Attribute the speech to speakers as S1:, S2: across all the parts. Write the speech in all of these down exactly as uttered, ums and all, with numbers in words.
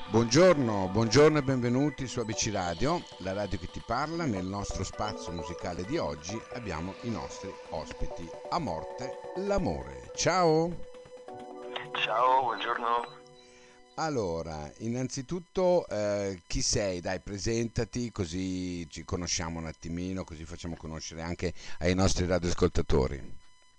S1: Buongiorno, buongiorno e benvenuti su A B C Radio, la radio che ti parla. Nel nostro spazio musicale di oggi abbiamo i nostri ospiti. A morte l'amore. Ciao!
S2: Ciao, buongiorno.
S1: Allora, innanzitutto eh, chi sei? Dai, presentati così ci conosciamo un attimino, così facciamo conoscere anche ai nostri radioascoltatori.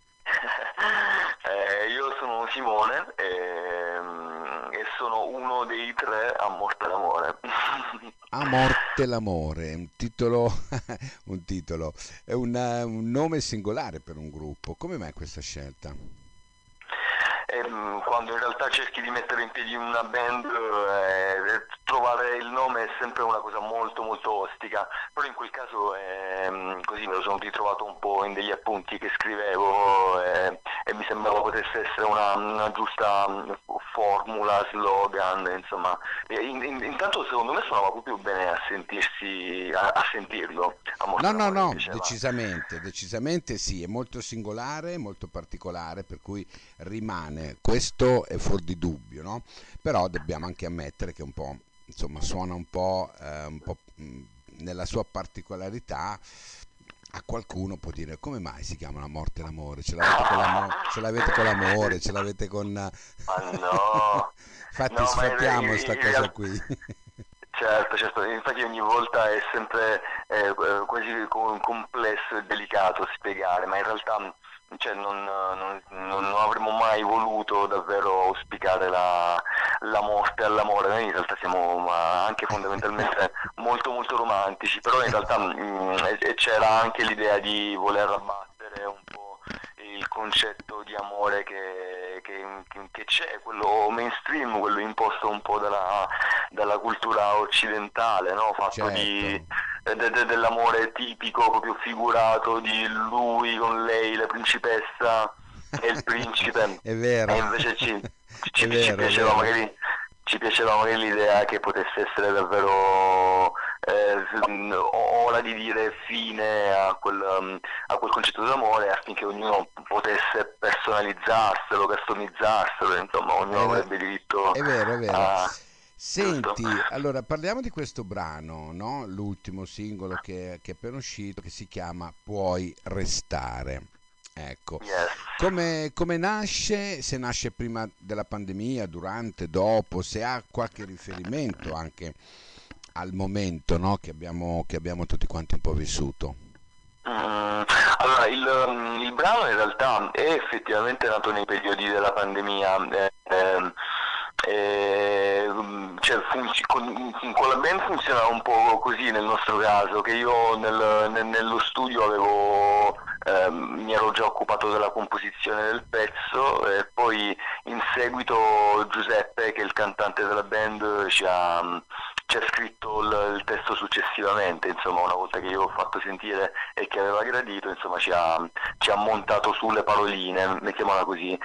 S2: Eh, io sono Simone ehm, e sono uno dei tre a morte d'amore.
S1: A morte l'amore, un titolo, un titolo, è una- un nome singolare per un gruppo. Come mai questa scelta?
S2: Ehm, quando in realtà cerchi di mettere in piedi una band, eh, trovare il nome è sempre una cosa molto molto ostica, però in quel caso ehm, così me lo sono ritrovato un po' in degli appunti che scrivevo eh, e mi sembrava potesse essere una, una giusta mm, formula, slogan, insomma. E in- in- intanto secondo me suonava proprio bene a sentirsi, a, a sentirlo, a morte
S1: No, no,
S2: d'amore mi
S1: no,
S2: piaceva.
S1: decisamente, decisamente sì, è molto singolare, molto particolare, per cui rimane, questo è fuor di dubbio, no? Però dobbiamo anche ammettere che un po', insomma, suona un po', eh, un po' mh, nella sua particolarità. A qualcuno può dire come mai si chiama La morte e l'amore? Ce l'avete con l'amore, ce l'avete con l'amore, ce l'avete con...
S2: Ma no,
S1: Infatti
S2: no, ma in, re-
S1: sfatiamo
S2: in-
S1: sta
S2: in
S1: cosa
S2: realtà,
S1: qui.
S2: certo, certo, infatti ogni volta è sempre eh, eh, quasi com- complesso e delicato spiegare, ma in realtà mh, cioè, non, non- non- non avremmo mai voluto davvero auspicare la, la morte all'amore, noi in realtà siamo ma, anche fondamentalmente molto molto romantici, però in realtà mh, e- e c'era anche l'idea di voler abbattere un po' il concetto di amore che, che- che c'è, quello mainstream, quello imposto un po' dalla, dalla cultura occidentale, no? Fatto di,
S1: Certo,
S2: de- de- dell'amore tipico, proprio figurato, di lui con lei, la principessa e il principe,
S1: è vero,
S2: e invece ci,
S1: è
S2: ci, ci
S1: vero, è
S2: piaceva
S1: vero.
S2: magari, ci piaceva magari l'idea che potesse essere davvero eh, ora di dire fine a quel, um, a quel concetto d'amore affinché ognuno potesse personalizzarselo, customizzarselo, insomma ognuno
S1: Era-
S2: avrebbe diritto
S1: È vero, è vero.
S2: a... giusto?
S1: Senti, allora parliamo di questo brano, no? L'ultimo singolo che, che è appena uscito, che si chiama Puoi restare. Ecco,
S2: Yes.
S1: come, come nasce? Se nasce prima della pandemia, durante, dopo, se ha qualche riferimento anche al momento, no? Che abbiamo, che abbiamo tutti quanti un po' vissuto.
S2: Mm, allora, il, um, il brano in realtà è effettivamente nato nei periodi della pandemia. eh, ehm, e, mm, cioè, funzi- con, con la band funzionava un po' così nel nostro caso, che io nel- nel- nello studio avevo, ehm, mi ero già occupato della composizione del pezzo e poi in seguito Giuseppe, che è il cantante della band, ci ha, ci ha scritto il, il testo successivamente, insomma, una volta che io ho fatto sentire e che aveva gradito, insomma, ci ha, ci ha montato sulle paroline, mettiamola così.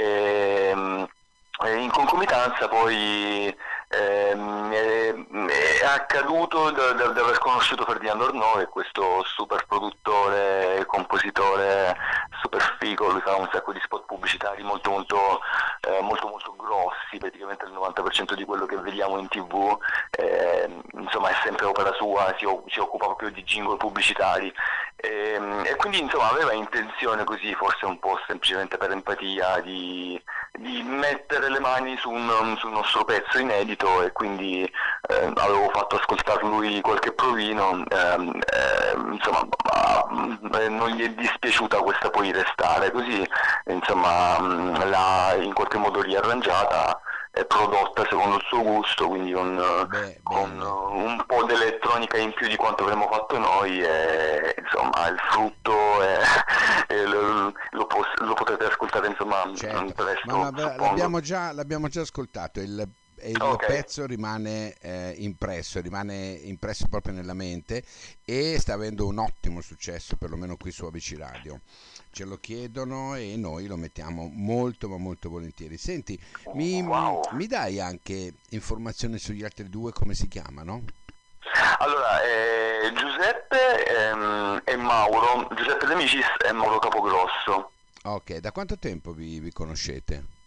S2: E, e in concomitanza poi ehm, è, è accaduto da, da- da aver conosciuto Ferdinando Arnaud, che è questo super produttore, compositore super figo, lui fa un sacco di spot pubblicitari molto molto, eh, molto, molto grossi, praticamente il novanta per cento di quello che vediamo in tv, eh, insomma è sempre opera sua, si, o- si occupa proprio di jingle pubblicitari. E, e quindi insomma aveva intenzione così, forse un po' semplicemente per empatia, di, di mettere le mani su un, sul nostro pezzo inedito e quindi eh, avevo fatto ascoltar lui qualche provino, ehm, ehm, insomma ma, eh, non gli è dispiaciuta questa poi restare, così insomma mh, l'ha in qualche modo riarrangiata e prodotta secondo il suo gusto, quindi con, eh,
S1: Beh,
S2: con
S1: bene.
S2: eh, un po' di elettronica in più di quanto avremmo fatto noi e insomma il frutto è, e lo, lo pos- lo potete ascoltare insomma
S1: Certo, ma,
S2: presto,
S1: ma beh,
S2: suppongo.
S1: l'abbiamo già, l'abbiamo già ascoltato, il, e il
S2: Ok.
S1: pezzo rimane eh, impresso, rimane impresso proprio nella mente e sta avendo un ottimo successo, perlomeno qui su A B C Radio. Ce lo chiedono e noi lo mettiamo molto ma molto volentieri. Senti, mi,
S2: Wow.
S1: mi dai anche informazioni sugli altri due, come si chiamano?
S2: Allora, eh, Giuseppe ehm, e Mauro, Giuseppe De Amicis e Mauro Capogrosso.
S1: Ok, da quanto tempo vi, vi conoscete?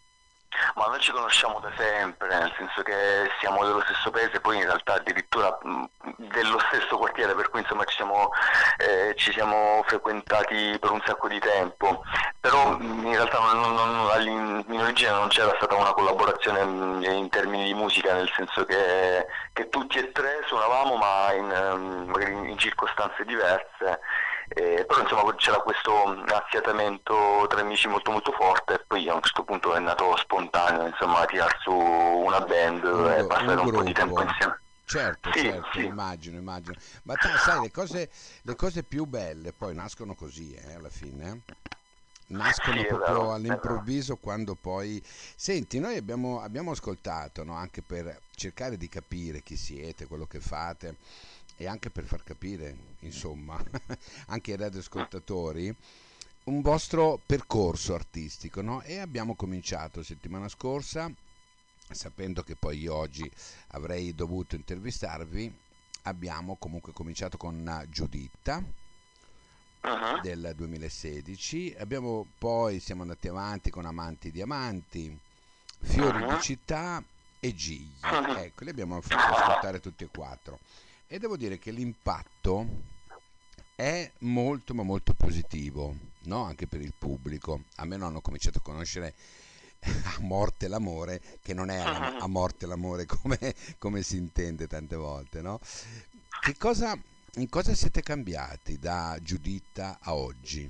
S2: Ma noi ci conosciamo da sempre, nel senso che siamo dello stesso paese, poi in realtà addirittura mh, dello stesso quartiere, per cui insomma ci siamo, eh, ci siamo frequentati per un sacco di tempo, però
S1: Mm.
S2: mh, in realtà non, non- non- all'in- in origine non c'era stata una collaborazione mh, in termini di musica, nel senso che, che tutti e tre suonavamo ma in, ehm, magari in circostanze diverse. Eh, però insomma c'era questo affiatamento tra amici molto molto forte e poi a un certo punto è nato spontaneo insomma tirar su una band
S1: Un,
S2: e
S1: go- un
S2: passare un po' di tempo
S1: gruppo.
S2: insieme.
S1: Certo,
S2: Sì,
S1: certo,
S2: sì,
S1: immagino, immagino. Ma ta- sai, le cose, le cose più belle poi nascono così, eh, alla fine. eh.
S2: sì
S1: Nascono
S2: è vero,
S1: proprio
S2: è vero.
S1: all'improvviso quando poi... Senti, noi abbiamo, abbiamo ascoltato, no, anche per cercare di capire chi siete, quello che fate e anche per far capire, insomma, anche ai radioascoltatori, un vostro percorso artistico, no? E abbiamo cominciato settimana scorsa, sapendo che poi io oggi avrei dovuto intervistarvi, abbiamo comunque cominciato con eh, Giuditta
S2: Mhm,
S1: del duemilasedici, abbiamo poi siamo andati avanti con Amanti Diamanti, Fiori di
S2: mhm.
S1: città e Gigli.
S2: Mhm.
S1: Ecco, li abbiamo fatti ascoltare tutti e quattro. E devo dire che l'impatto è molto ma molto positivo, no? Anche per il pubblico. A me non hanno cominciato a conoscere a morte l'amore, che non è alla- a morte l'amore come, come si intende tante volte, no? Che cosa, in cosa siete cambiati da Giuditta a oggi?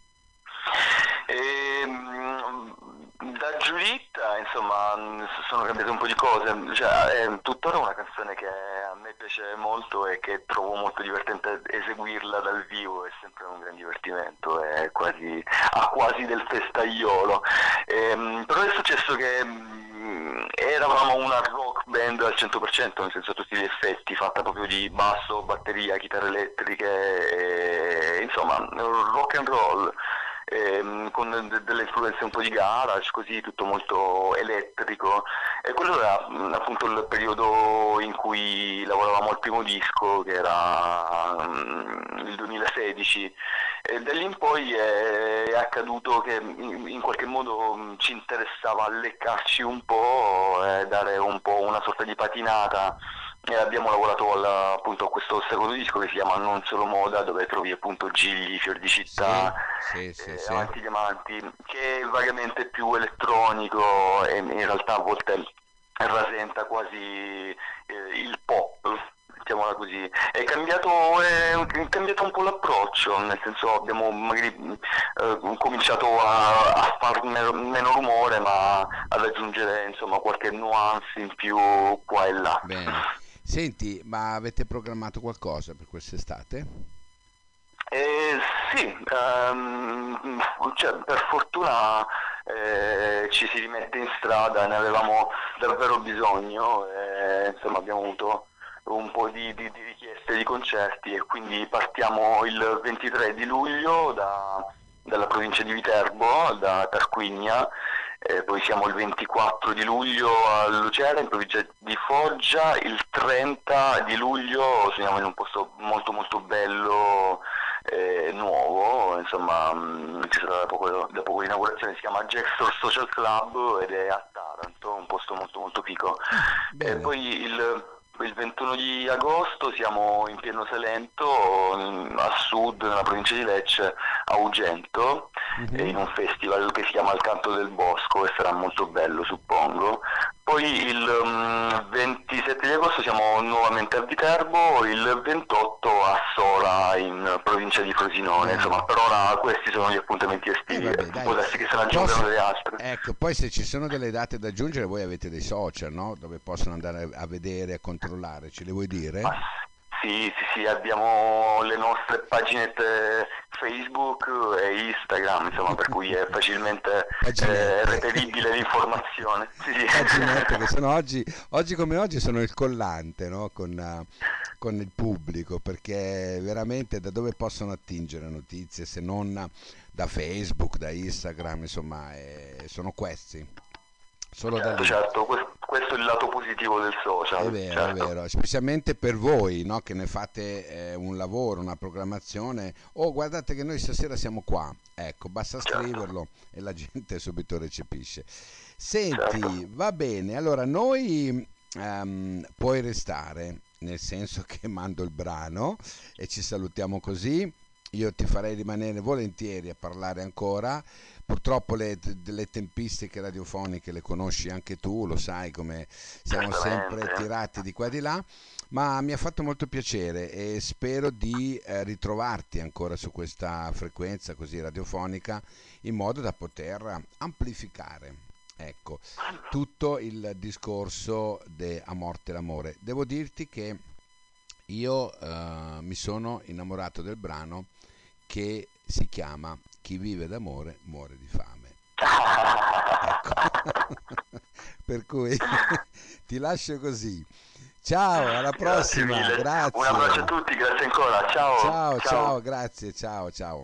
S2: E, mh, da Giuditta, insomma, mh, sono cambiate un po' di cose. Cioè, è tuttora una canzone che a me piace molto e che trovo molto divertente eseguirla dal vivo, è sempre un gran divertimento, è quasi, ha quasi del festaiolo. Ehm, però è successo che mh, eravamo una rock band al cento per cento, nel senso a tutti gli effetti, fatta proprio di basso, batteria, chitarre elettriche, e, insomma, rock and roll ehm, con de- delle influenze un po' di garage, così tutto molto elettrico. E quello era mh, appunto il periodo in cui lavoravamo al primo disco, che era mh, il duemilasedici. E da lì in poi è, è accaduto che in, in qualche modo mh, ci interessava leccarci un po', e dare un po' una sorta di patinata e abbiamo lavorato al- appunto a questo secondo disco che si chiama Non Solo Moda, dove trovi appunto Gigli, Fior di
S1: Sì,
S2: Città,
S1: sì, sì,
S2: eh,
S1: sì.
S2: Amanti Diamanti, che è vagamente più elettronico e in realtà a volte rasenta quasi eh, il pop, mettiamola così. È cambiato, è cambiato un po' l'approccio, nel senso abbiamo magari eh, cominciato a, a far meno, meno rumore, ma ad aggiungere insomma qualche nuance in più qua e là.
S1: Bene. Senti, ma avete programmato qualcosa per quest'estate?
S2: Eh, sì, ehm, cioè, per fortuna eh, ci si rimette in strada, ne avevamo davvero bisogno, e, insomma abbiamo avuto un po' di, di- di richieste di concerti e quindi partiamo il ventitré di luglio da- dalla provincia di Viterbo, da Tarquinia, eh, poi siamo il ventiquattro di luglio a Lucera, in provincia di Foggia, il trenta di luglio siamo in un posto molto molto bello, eh, nuovo, insomma, mh, ci sarà da poco, da poco l'inaugurazione, si chiama Jackson Social Club ed è a Taranto, un posto molto molto figo.
S1: Ah,
S2: E
S1: bene.
S2: poi il, il ventuno di agosto siamo in pieno Salento, in- a sud, nella provincia di Lecce, a Ugento, eh,
S1: Mhm.
S2: in un festival che si chiama Il Canto del Bosco e sarà molto bello, suppongo. Poi il mm, ventisette di agosto siamo nuovamente a Viterbo, il ventotto a Sora in provincia di Frosinone, insomma
S1: Bene.
S2: per ora questi sono gli appuntamenti
S1: E
S2: estivi,
S1: vabbè,
S2: e può
S1: dai.
S2: darsi che se ne aggiungano
S1: Posso...
S2: delle altre.
S1: Ecco, poi se ci sono delle date da aggiungere, voi avete dei social, no? Dove possono andare a vedere, a controllare, ce le vuoi dire?
S2: Ma sì, sì, sì, abbiamo le nostre paginette Facebook e Instagram, insomma, per cui è facilmente eh,
S1: Paginette.
S2: reperibile l'informazione. Sì, sì.
S1: Paginette che sono oggi, oggi come oggi sono il collante, no? Con, eh, con il pubblico, perché veramente da dove possono attingere notizie se non da Facebook, da Instagram, insomma, eh, sono questi, solo da
S2: Certo,
S1: lì.
S2: certo, que- questo è il lato positivo del
S1: È
S2: social,
S1: vero, è
S2: certo.
S1: vero, specialmente per voi, no, che ne fate eh, un lavoro, una programmazione. Oh, guardate che noi stasera siamo qua. Ecco, basta
S2: Certo.
S1: scriverlo e la gente subito recepisce.
S2: certo.
S1: Senti, va bene, allora noi ehm, puoi restare, nel senso che mando il brano e ci salutiamo così. Io ti farei rimanere volentieri a parlare ancora. Purtroppo le, le tempistiche radiofoniche le conosci anche tu, lo sai come siamo sempre
S2: Certamente.
S1: tirati di qua e di là, ma mi ha fatto molto piacere e spero di eh, ritrovarti ancora su questa frequenza così radiofonica in modo da poter amplificare, ecco, tutto il discorso de A morte l'amore. Devo dirti che io eh, mi sono innamorato del brano che si chiama Chi vive d'amore muore di fame. Ecco, per cui ti lascio così. Ciao, alla
S2: Grazie
S1: prossima,
S2: mille. Un abbraccio a
S1: grazie.
S2: tutti, grazie ancora. Ciao,
S1: Ciao, ciao,
S2: ciao.
S1: grazie, ciao, ciao.